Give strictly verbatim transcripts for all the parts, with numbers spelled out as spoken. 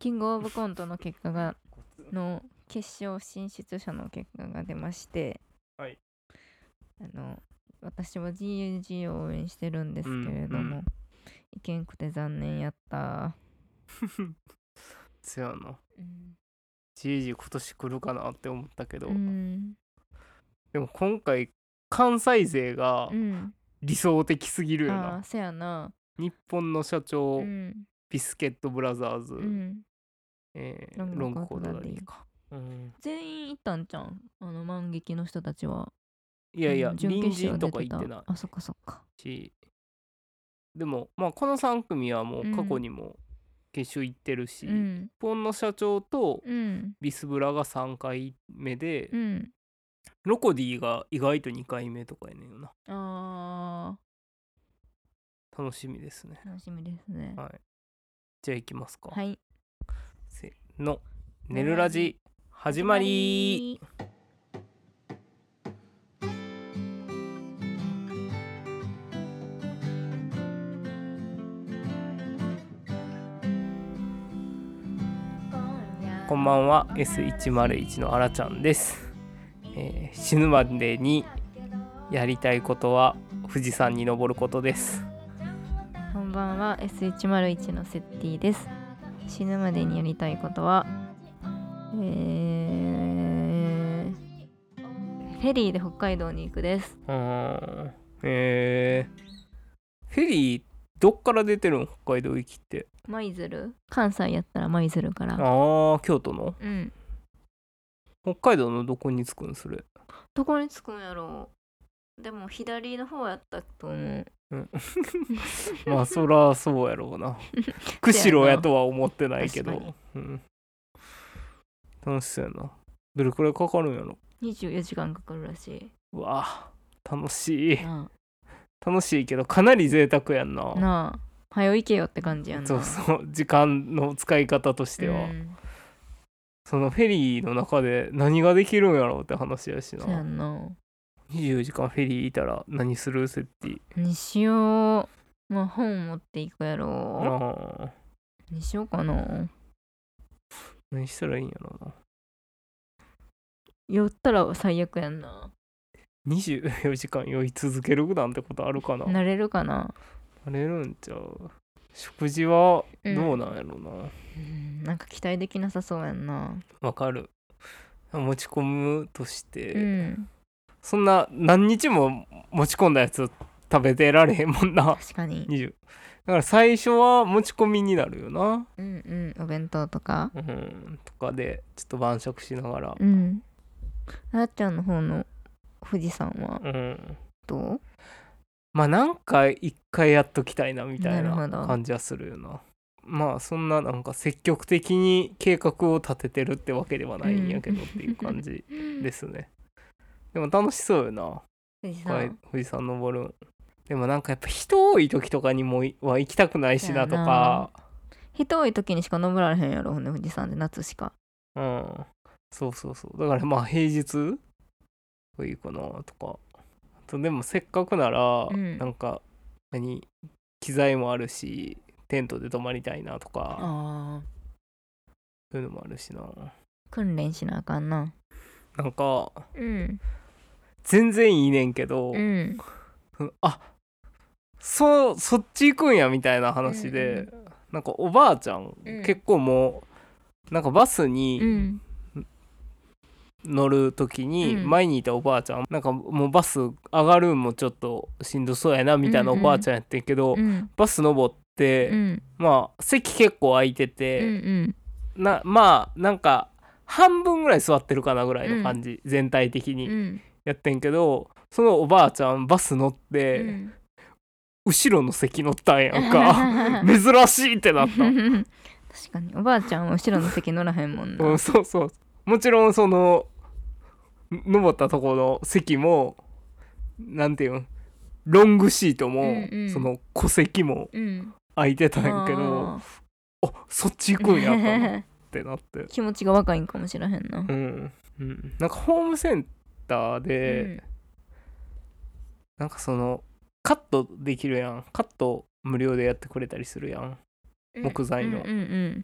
キングオブコントの結果がの決勝進出者の結果が出まして、 はい、 あの私は ジーユージー を応援してるんですけれども、うんうん、いけんくて残念やったそやな、うん、ジーユージー 今年来るかなって思ったけど、うん、でも今回関西勢が理想的すぎるよな、うん、 あそやな、 日本の社長、うん、ビスケットブラザーズ、うんえー、ロングコートダディか、うん、 全員行ったんじゃん、あの満劇の人たちは。 いやいや、隣人とか行ってない。 あ、そっかそっか。 しでもまあこのさん組はもう過去にも決勝行ってるし、うん、日本の社長とビスブラがさんかいめで、うん、ロコディが意外とにかいめとかやねんよな。あー、楽しみですね。 楽しみですね。 はい。じゃあ行きますか。 はい。 せーの、ねるラジ始まり。こんばんは エスひゃくいち のあらちゃんです、えー、死ぬまでにやりたいことは富士山に登ることです。 こんばんは エスひゃくいち のセッティです。死ぬまでにやりたいことは、えー、フェリーで北海道に行くです。 うーん、えー、フェリーどっから出てるん？北海道行きって舞鶴、関西やったら舞鶴から。 あー、京都の、うん、北海道のどこに着くんそれ？ どこに着くんやろう。でも左の方やったと思う、うん、 まあそらそうやろうな釧路やとは思ってないけど、うん、楽しそうやな。どれくらいかかるんやろ？ にじゅうよじかんかかるらしい。 うわ楽しいな。楽しいけどかなり贅沢やんな。 なあ、早行けよって感じやんな。 そうそう時間の使い方としては、うん、そのフェリーの中で何ができるんやろうって話やしな。 そうやんな。 にじゅうよじかんフェリーいたら何する？セッティにしよう。まあ本持っていくやろ。あにしようかな。 何したらいいんやろうな。 酔ったら最悪やんな。 にじゅうよじかん酔い続けるなんてことあるかな。 なれるかな。 なれるんちゃう。食事はどうなんやろうな、うんうん、なんか期待できなさそうやんな。 わかる。持ち込むとして、うん、そんな何日も持ち込んだやつ食べてられへんもんな。 確かに。 にじゅうだから最初は持ち込みになるよな。 うんうん、お弁当とか、 うん、とかでちょっと晩酌しながら。 うん。あっちゃんの方の富士山はどう？うん、 まあなんか一回やっときたいなみたいな感じはするよな。まあそんななんか積極的に計画を立ててるってわけではないんやけどっていう感じですね、うん、でも楽しそうよな富士山。富士山登る。でもなんかやっぱ人多い時とかにもは行きたくないしなとか。 人多い時にしか登られへんやろね、富士山で夏しか。 うん、そうそうそう。だからまあ平日がいいかなとか。あとでもせっかくなら、うん、なんか何機材もあるしテントで泊まりたいなとか。あ、そういうのもあるしな。 訓練しなあかんな。 なんか、うん、全然いいねんけど、うん、あそうそっち行くんやみたいな話で、うんうん、なんかおばあちゃん、うん、結構もうなんかバスに、うん乗る時に前にいたおばあちゃん、うん、なんかもうバス上がるんもちょっとしんどそうやなみたいなおばあちゃんやってんけど、うんうん、バス登って、うん、まあ席結構空いてて、うんうん、なまあなんか半分ぐらい座ってるかなぐらいの感じ、うん、全体的にやってんけど、そのおばあちゃんバス乗って、うん、後ろの席乗ったんやんか珍しいってなった確かにおばあちゃんは後ろの席乗らへんもんな、 うん、そうそう。もちろんその登ったところの席もなんていうのロングシートも、うんうん、その戸籍も空いてたんやけど、うん、あそっち行くんやったなってなって気持ちが若いんかもしれへんな、 うんうん、なんかホームセンターで、うん、なんかそのカットできるやん。カット無料でやってくれたりするやん、木材の、うんうんうんうん、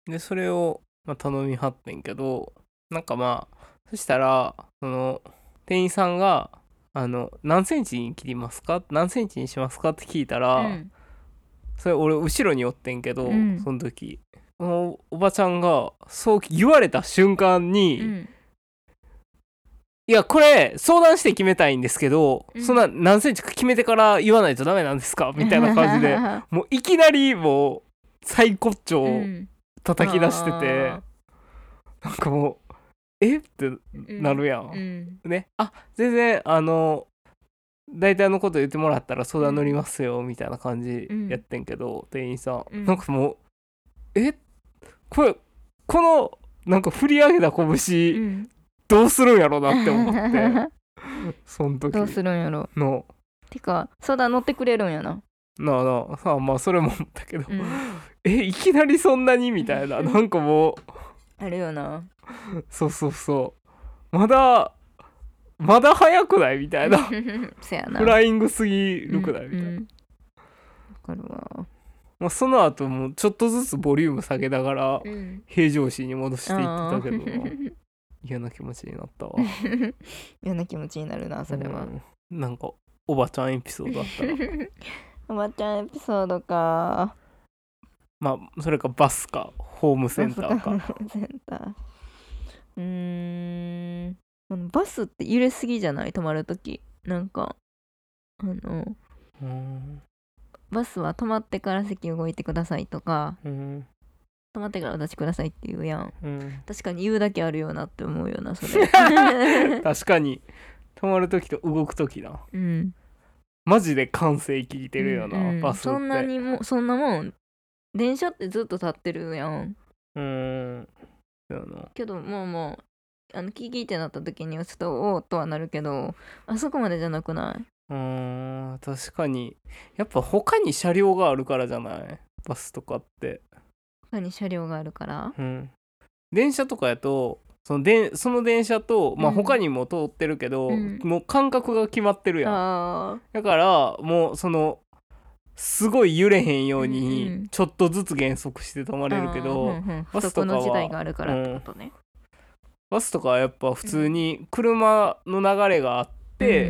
でそれを、まあ、頼みはってんけど、なんかまあそしたらその店員さんがあの何センチに切りますか、何センチにしますかって聞いたら、うん、それ俺後ろにおってんけど、うん、その時お, おばちゃんがそう言われた瞬間に、うん、いやこれ相談して決めたいんですけど、うん、そんな何センチか決めてから言わないとダメなんですかみたいな感じでもういきなりもう最骨頂叩き出してて、うん、なんかもうえってなるやん、うんうん、ね、あ全然あの大体のこと言ってもらったら相談乗りますよみたいな感じやってんけど、うん、店員さん、うん、なんかもうえこれこのなんか振り上げた拳、うん、どうするんやろなって思ってその時どうするんやろのてか相談乗ってくれるんやななあなあさあ、まあそれも思ったけど、うん、えいきなりそんなにみたいななんかもうあるよなそうそうそうまだまだ早くないみたいなせやなフライングすぎるくない、うん、みたいな、うん、 分かるわ、 まあ、その後もちょっとずつボリューム下げながら平常心に戻していってたけどな、うん、嫌な気持ちになったわ嫌な気持ちになるなそれは、 うん、なんかおばちゃんエピソードあったらおばちゃんエピソードか、 まあそれかバスかホームセンターかホームセンター、うーんバスって揺れすぎじゃない？止まるときなんかあのうんバスは止まってから席動いてくださいとか、うん、止まってからお立ちくださいって言うやん、うん、確かに言うだけあるよなって思うよなそれ確かに止まるときと動くときな、うん、マジで感性聞いてるよな、うんうん、バスってそんなにもそんなもん電車ってずっと立ってるやん、うーんけどもうもうあのキーキーってなった時にはちょっとおーっとはなるけどあそこまでじゃなくない？ うーん確かにやっぱ他に車両があるからじゃないバスとかって他に車両があるから、 うん、電車とかやとそのでその電車と、まあ、他にも通ってるけど、うん、もう間隔が決まってるやん、うん、だからもうそのすごい揺れへんようにちょっとずつ減速して止まれるけど、うんうん、 バスとかは不測の事態があるからってことね、うん、 バスとかはやっぱ普通に車の流れがあって、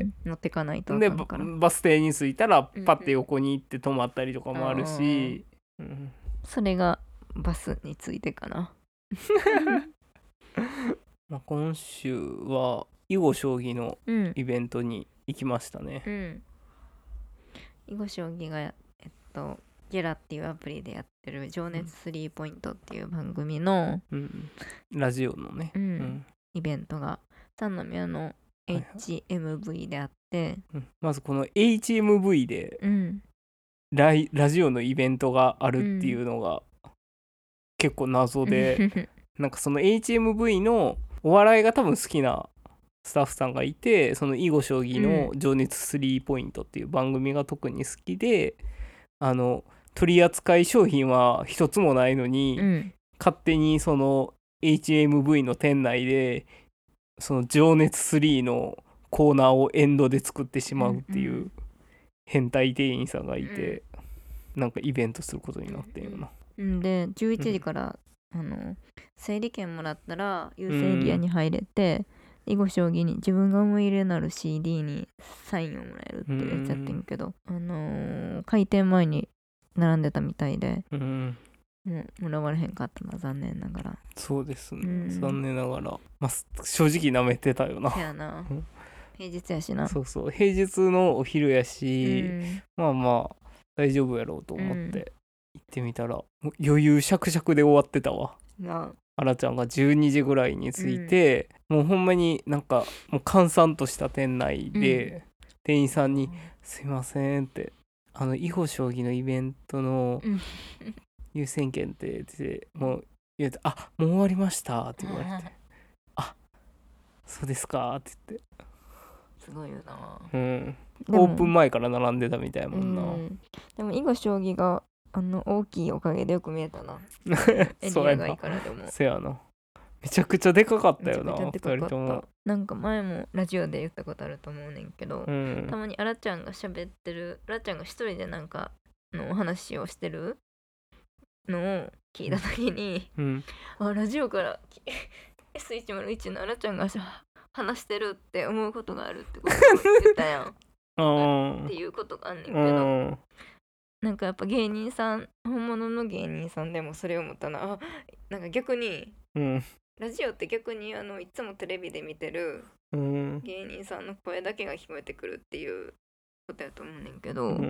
うん、乗ってかないとでバス停に着いたらパッて横に行って止まったりとかもあるし、 うんうん、それがバスについてかなまあ今週は囲碁将棋のイベントに行きましたね、うん、 囲碁将棋がえっとゲラっていうアプリでやってる情熱スリーポイントっていう番組の、 うん、ラジオのね、うんうん、 イベントが三宮の エイチエムブイ であって、はいはいうん、まずこの エイチエムブイ で、うん、ラ, ラジオのイベントがあるっていうのが結構謎で、うん、なんかその エイチエムブイ のお笑いが多分好きなスタッフさんがいて、その囲碁将棋の情熱スリーポイントっていう番組が特に好きで、あの取り扱い商品は一つもないのに、うん、勝手にその エイチエムブイ の店内でその情熱スリーのコーナーをエンドで作ってしまうっていう変態店員さんがいて、うん、なんかイベントすることになってんよな、 うん、でじゅういちじから、うん、あの整理券もらったら優勢エリアに入れて、囲碁将棋に自分が思い入れのある シーディー にサインをもらえるっていうやつやってんけど、あのー、開店前に並んでたみたいで、うん、もうもらわれへんかったのは残念ながら。 そうですね、うん、残念ながら、まあ、正直なめてたよな。 せやな平日やしな。 そうそう平日のお昼やし、うん、まあまあ大丈夫やろうと思って行ってみたら、うん、余裕しゃくしゃくで終わってたわ。あらちゃんがじゅうにじぐらいに着いて、うん、もうほんまになんかもう閑散とした店内で、うん、店員さんに「すいません」って「あの囲碁将棋のイベントの優先権って」ってもう言うて「あもう終わりました」って言われて「あそうですか」って言ってすごいよな、 うん、オープン前から並んでたみたいもんな、うん、 でも囲碁将棋があの大きいおかげでよく見えたなエリア外からでもせやなめちゃくちゃでかかったよなふたりとも。 なんか前もラジオで言ったことあると思うねんけど、うん、たまにあらちゃんが喋ってるあらちゃんが一人でなんかのお話をしてるのを聞いた時に、 うん、 あラジオから エスいちまるいち のあらちゃんが話してるって思うことがあるってことを言ったやんっていうことがあんねんけど、なんかやっぱ芸人さん本物の芸人さんでもそれを思ったな。あなんか逆に、うん、ラジオって逆にあのいつもテレビで見てる芸人さんの声だけが聞こえてくるっていうことやと思うねんけど、うん、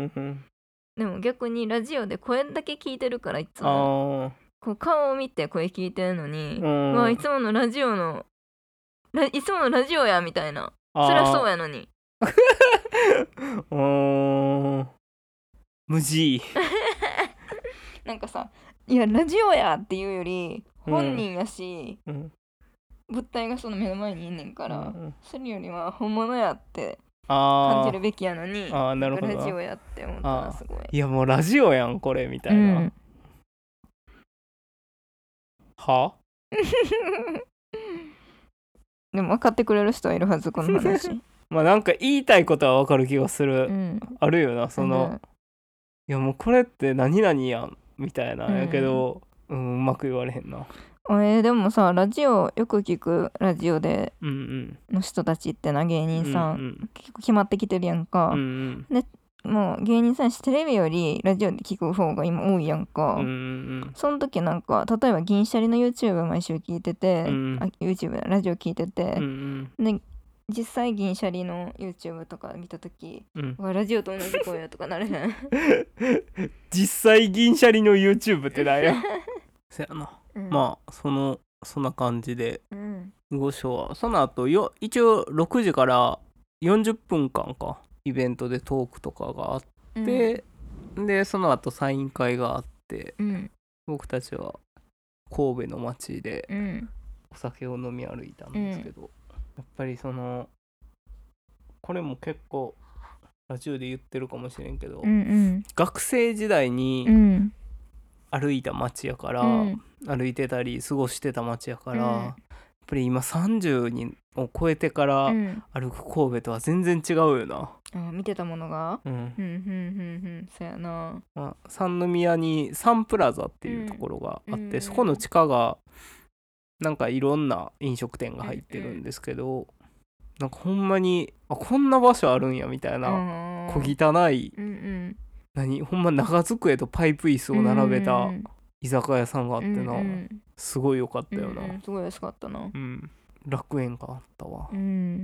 でも逆にラジオで声だけ聞いてるからいつもこう顔を見て声聞いてるのに、うん、わいつものラジオのいつものラジオやみたいな、そりゃそうやのにお無事なんかさ、いやラジオやっていうより本人やし、うん、物体がその目の前にいんねんから、うん、それよりは本物やって感じるべきやのに、あなるほどラジオやって思ったらすごい。 いやもうラジオやんこれみたいな、うん、はでも分かってくれる人はいるはずこの話まあなんか言いたいことは分かる気がする、うん、あるよなその、うん、いやもうこれって何々やんみたいなやけど、うん、うん、うまく言われへんな。 えー、でもさラジオよく聞くラジオでの人たちってな芸人さん、うんうん、結構決まってきてるやんか、うんうん、でもう芸人さんしテレビよりラジオで聞く方が今多いやんか、うんうん、その時なんか例えば銀シャリの YouTube 毎週聞いてて、うん、あ YouTube ラジオ聞いてて、うんうん、で実際銀シャリの YouTube とか見た時、うん、ラジオと同じ声やとかなれへん実際銀シャリの YouTube ってだよそやな、うん、まあそのそんな感じで、うん、ご章はその後よ一応ろくじからよんじゅっぷんかんかイベントでトークとかがあって、うん、でその後サイン会があって、うん、僕たちは神戸の街でお酒を飲み歩いたんですけど、うん、やっぱりそのこれも結構ラジオで言ってるかもしれんけど、うんうん、学生時代に歩いた街やから、うん、歩いてたり過ごしてた街やから、うん、やっぱり今さんじゅうにんを超えてから歩く神戸とは全然違うよな、 うん、あ見てたものがうんうんうんうんそやな、 まあ、三宮にサンプラザっていうところがあって、うん、そこの地下がなんかいろんな飲食店が入ってるんですけど、うんうん、なんかほんまにあこんな場所あるんやみたいな小汚い、うんうん、何ほんま長机とパイプ椅子を並べた居酒屋さんがあってな、うんうん、すごい良かったよな、うんうん、 すごい安かったな、 うん、楽園があったわ、 うん、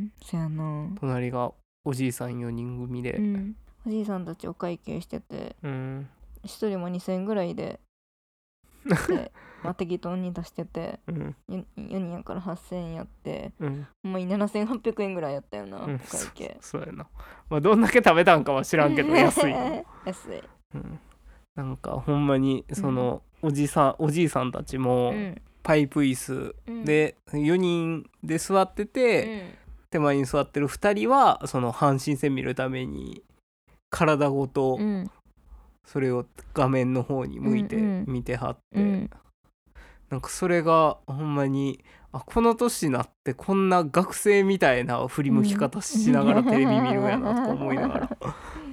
そやな隣がおじいさんよにん組で、うん、 おじいさんたちお会計してて、うん、ひとりもにせんえんぐらいでで、まあ、適当に出してて、うん、よにんやからはっせんえんやって、うん、ほんまにななせんはっぴゃくえんぐらいやったよな、うん、お会計そ, そうやな、まあ、どんだけ食べたんかは知らんけど安い安い、 うん、なんかほんまにその、うん、おじさんおじいさんたちもパイプ椅子でよにんで座ってて、うん、手前に座ってるふたりはその阪神戦見るために体ごとそれを画面の方に向いて見てはって、うんうん、なんかそれがほんまにあこの年になってこんな学生みたいな振り向き方しながらテレビ見るやなとか思いながら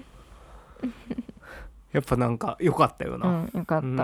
やっぱなんか良かったよな、 うん、よかった、うん、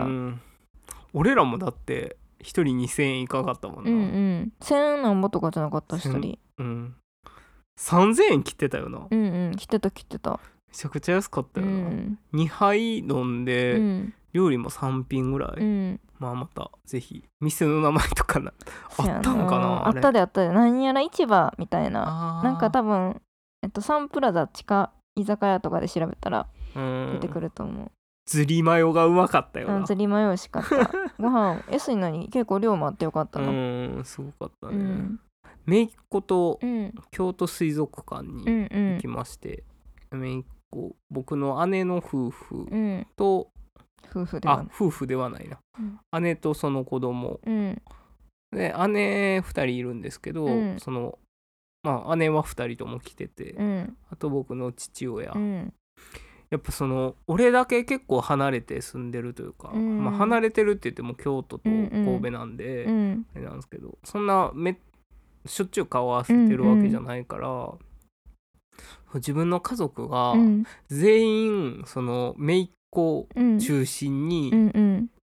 俺らもだってひとりにせんえんいかかったもんな、うんうん、 せんなんぼとかじゃなかったひとり、 うん、さんぜんえん切ってたよな、 うんうん切ってた切ってためちゃくちゃ安かったよな、うん、にはい飲んで、うん、料理もさんぴんぐらい、うん、まあまたぜひ店の名前とかなあったんかなあったであったで何やら市場みたいななんか多分、えっと、サンプラザ地下居酒屋とかで調べたら出てくると思う。 ずりマヨがうまかったよな。 ずりマヨ美味しかったご飯安いのに結構量もあってよかったな。 うんすごかったね、うん、めいっ子と京都水族館に行きまして、うんうん、めいっ子僕の姉の夫婦と、 うん、夫婦ではないあ夫婦ではないな、うん、姉とその子供、うん、で姉ふたりいるんですけど、うん、そのまあ姉はふたりとも来てて、うん、あと僕の父親、うん、やっぱその俺だけ結構離れて住んでるというか、うんまあ、離れてるって言っても京都と神戸なんで、うん、あれなんですけどそんなめしょっちゅう顔合わせてるわけじゃないから、うんうん、自分の家族が全員その姪っ子中心に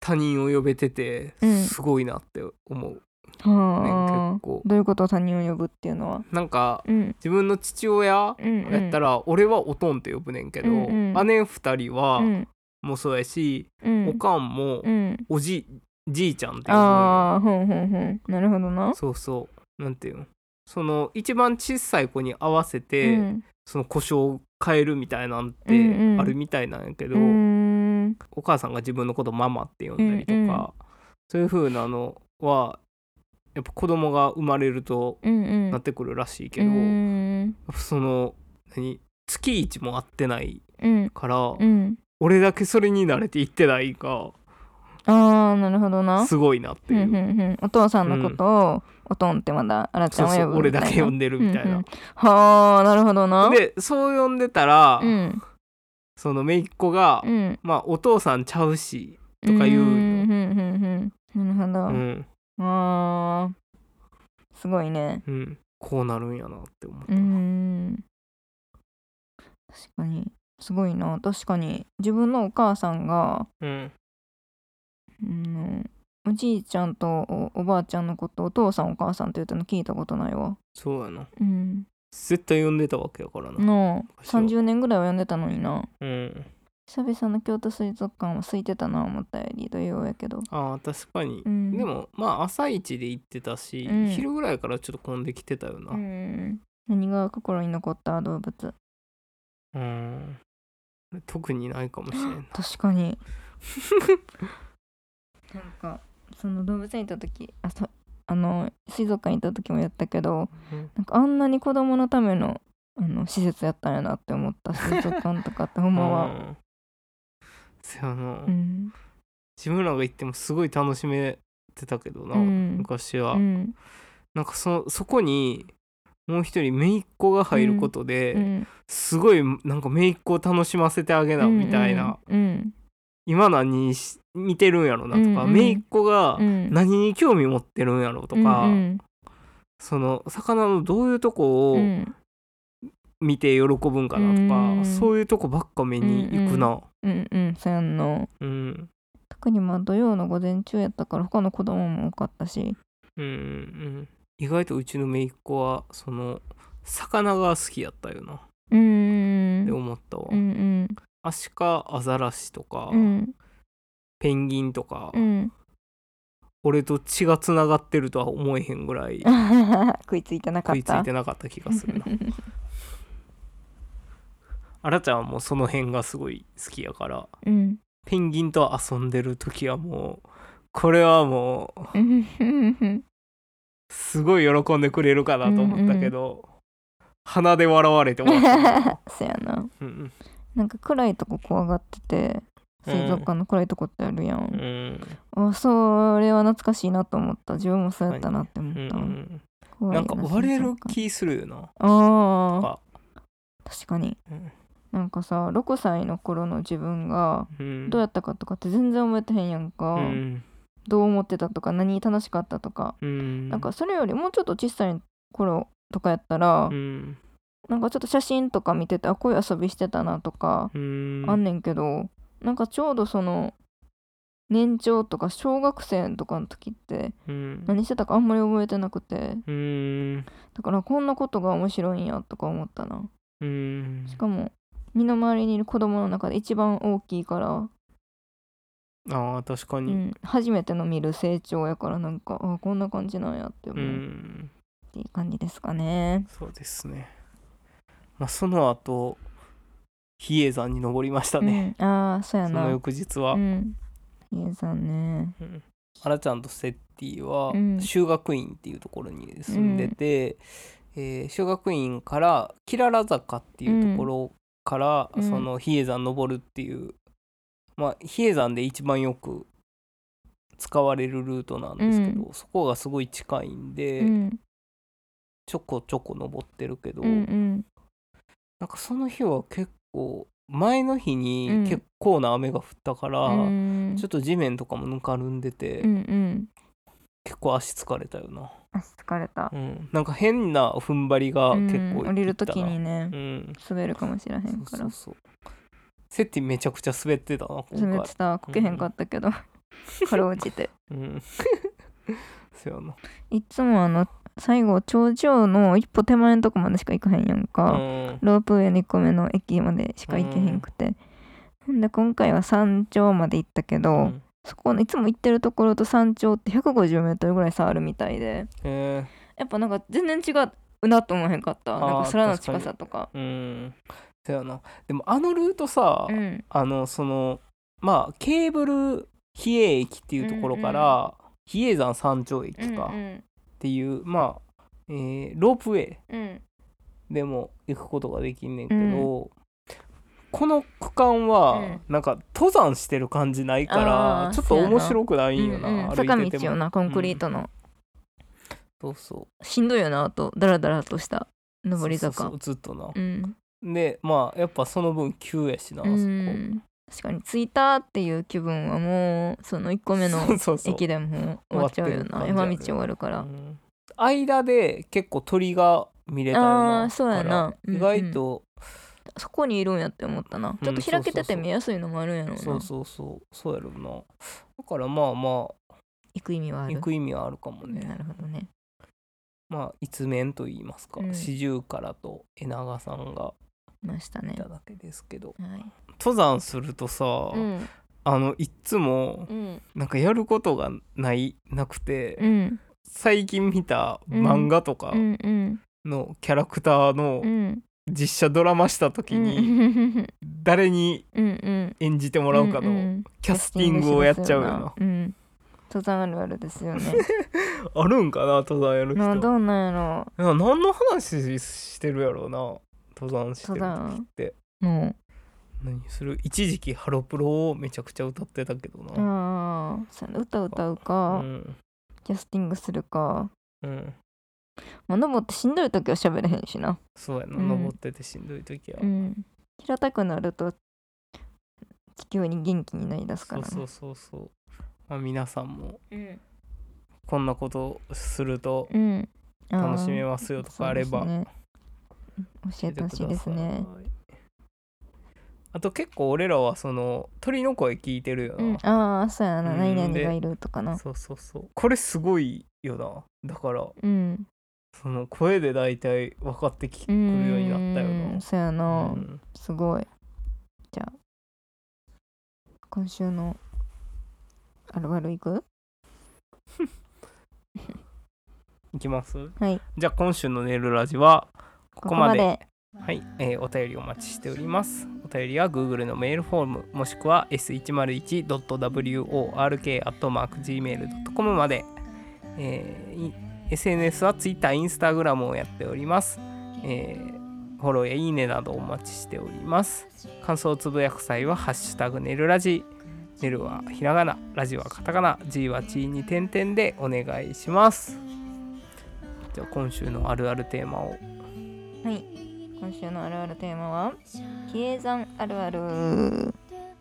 他人を呼べててすごいなって思う、 うん、はあ、結構どういうこと？他人を呼ぶっていうのはなんか、うん、自分の父親やったら、うんうん、俺はおとんって呼ぶねんけど、うんうん、姉ふたりは、うん、もうそうやし、うん、おかんも、うん、おじじいちゃんって呼ぶのよ。 ああ、ほんほんほん、なるほどな。 そうそうなんていうの、その一番小さい子に合わせて、うん、その故障を変えるみたいなんてあるみたいなんやけど、うんうん、お母さんが自分のことママって呼んだりとか、うんうん、そういう風なのはやっぱ子供が生まれるとなってくるらしいけど、うんうん、その何月一も会ってないから、うんうん、俺だけそれに慣れていってないか、 あーなるほどな、 すごいなっていう、うんうんうん、 お父さんのことを、うん、おとんってまだあらちゃんを呼ぶみたいな、そうそう俺だけ呼んでるみたいな、うんうん、 はあなるほどな。 でそう呼んでたら、うん、その姪っ子が、うん、まあお父さんちゃうしとか言うの、うんうんうんうん、なるほど、うん、あーすごいね、 うん、こうなるんやなって思ったな。うん、 確かにすごいな。確かに自分のお母さんが、うんうん、おじいちゃんと お, おばあちゃんのことお父さんお母さんって言ったの聞いたことないわ。 そうやな、うん、絶対呼んでたわけやからな。 のさんじゅうねんぐらいは呼んでたのにな、うん、久々の京都水族館は空いてたな思ったより土曜やけど。 ああ確かに、うん、でもまあ朝一で行ってたし、うん、昼ぐらいからちょっと混んできてたよな、うん、 何が心に残った動物？ うん、特にないかもしれんな。 確かになんかその動物園行った時、あそあの水族館行った時もやったけど、うん、なんかあんなに子供のためのあの施設やったんやなって思った。水族館とかってほんまは、うん、 そやな、うん、自分らが行ってもすごい楽しめてたけどな、うん、昔は、うん、なんか そ, そこにもう一人姪っ子が入ることで、うん、すごいなんか姪っ子を楽しませてあげなみたいな、うんうん、今何見てるんやろなとか、うんうん、姪っ子が何に興味持ってるんやろとか、うんうん、その魚のどういうとこを見て喜ぶんかなとか、うん、そういうとこばっか見に行くな。 うんうん、うんうん、そうやんの、うん、特にまあ土曜の午前中やったから他の子供も多かったし、うんうん、 意外とうちの姪っ子はその魚が好きやったよな、うん、って思ったわ、うんうん、アシカアザラシとか、うん、ペンギンとか、うん、俺と血がつながってるとは思えへんぐらい食いついてなかった食いついてなかった気がするなあらちゃんはもうその辺がすごい好きやから、うん、ペンギンと遊んでる時はもうこれはもうすごい喜んでくれるかなと思ったけど、うんうん、鼻で笑われて終わったそやな、うん、なんか暗いとこ怖がってて、水族館の暗いとこってあるやん、うん、あそれは懐かしいなと思った。自分もそうやったなって思った、うんうん、なんか割れる気するよな。 あ確かに、うん、なんかさろくさいの頃の自分がどうやったかとかって全然覚えてへんやんか、うん、どう思ってたとか何楽しかったとか、うん、なんかそれよりもうちょっと小さい頃とかやったら、うん、なんかちょっと写真とか見ててあこういう遊びしてたなとかあんねんけど、なんかちょうどその年長とか小学生とかの時って何してたかあんまり覚えてなくて、うん、だからこんなことが面白いんやとか思ったな、うん、しかも身の回りにいる子供の中で一番大きいから、 あ確かに、うん、 初めての見る成長やから、なんかあこんな感じなんやって思う、うん、っていう感じですかね。 そうですね、まあ、その後比叡山に登りましたね、 うん、ああそうやな、 その翌日は、うん、 比叡山ね、うん、 あらちゃんとセッティは修学院っていうところに住んでて、うんえー、修学院からキララ坂っていうところから、うん、その比叡山登るっていう、まあ、比叡山で一番よく使われるルートなんですけど、うん、そこがすごい近いんで、うん、ちょこちょこ登ってるけど、うんうん、なんかその日は結構前の日に結構な雨が降ったから、うん、ちょっと地面とかもぬかるんでて、うんうん、結構足疲れたよな。 足疲れた、 うん、なんか変な踏ん張りが結構いったな、 うん、降りるときにね、うん、滑るかもしれへんから。 そうそうそう、セッティめちゃくちゃ滑ってたな今回。 滑ってた、こけへんかったけど、うん、 かろうじてうんそうやな。 いつもあの最後頂上の一歩手前のとこまでしか行かへんやんか、 うん、 ロープウェイのいっこめの駅までしか行けへんくて、ほんで今回は山頂まで行ったけど、うん、そこのいつも行ってるところと山頂ってひゃくごじゅうメートルぐらい差あるみたいで、 へやっぱなんか全然違うなと思わへんかった。なんか空の近さとか。 うん。そうやな。でもあのルートさ、うん、あのそのまあケーブル比叡駅っていうところから、うんうん、比叡山山頂駅かっていう、うんうん、まあ、えー、ロープウェイでも行くことができんねんけど、うん、この区間はなんか登山してる感じないから、うん、ちょっと面白くないんよな、うんうん、歩いてても坂道よな、コンクリートの、うん、 そうそうしんどいよな、あとダラダラとした上り坂。 そうそうそうずっとな、 うん、 でまあやっぱその分急やしな、あそこ、うん、 確かに着いたっていう気分はもうそのいっこめの駅でも終わっちゃうよな。山道終わるから、うん、 間で結構鳥が見れたよな。 あそうやな、 意外と、うん、 そこにいるんやって思ったな。ちょっと開けてて見やすいのもあるんやろうな。 そうそうそうそうやろうな。だからまあまあ行く意味はある。 行く意味はあるかもね。 なるほどね。 まあ一面と言いますか、うん、四十からと江長さんがいましたね。 いただけですけど、 はい、 登山するとさ、うん、あのいつもなんかやることがないなくて、うん、最近見た漫画とかのキャラクターの実写ドラマした時に誰に演じてもらうかのキャスティングをやっちゃうよな。 うん、登山あるあるですよね。 あるんかな登山やる人。 まあどうなんやろ。 いや何の話してるやろうな登山してる時って。うん、何する一時期ハロプロをめちゃくちゃ歌ってたけどな。 ああ歌歌うか、うん、キャスティングするか。うん。まあ、登ってしんどい時は喋れへんしな。 そうやな、うん、登っててしんどい時は、うん、平たくなると地球に元気になりだすから、ね、 そうそうそうそう、まあ、皆さんも、うん、こんなことすると楽しめますよとかあれば、うんね、 教えてほしいですね。 あと結構俺らはその鳥の声聞いてるよな、うん、 ああそうやな、何々がいるとかな。 そうそうそう、これすごいよな。だから、うん、その声で大体分かってくるようになったよな。 そうやな、うん、すごい。じゃあ今週のあるあるいくいきます。 はい。 じゃあ今週のネルラジはここまで。ここまではい、えー、お便りお待ちしております。お便りは Google のメールフォームもしくは エスいちまるいちドットダブリューオーアールケーアットマークジーメールドットコム まで、えー、エスエヌエス は Twitter、Instagram をやっております、えー。フォローやいいねなどお待ちしております。感想をつぶやく際はハッシュタグネルラジ、ネルはひらがな、ラジはカタカナ、G はチーに点々でお願いします。じゃあ今週のあるあるテーマを。 はい、今週のあるあるテーマは比叡山あるある。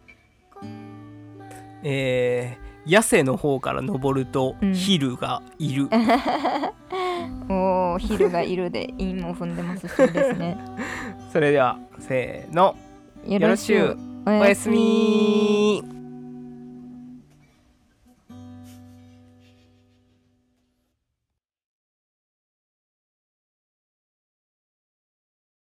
えー、八瀬の方から登るとヒルがいる、うん、 おー、ヒルがいるで韻も踏んでますしですね。 それではせーの、 よろしゅう、 おやすみ。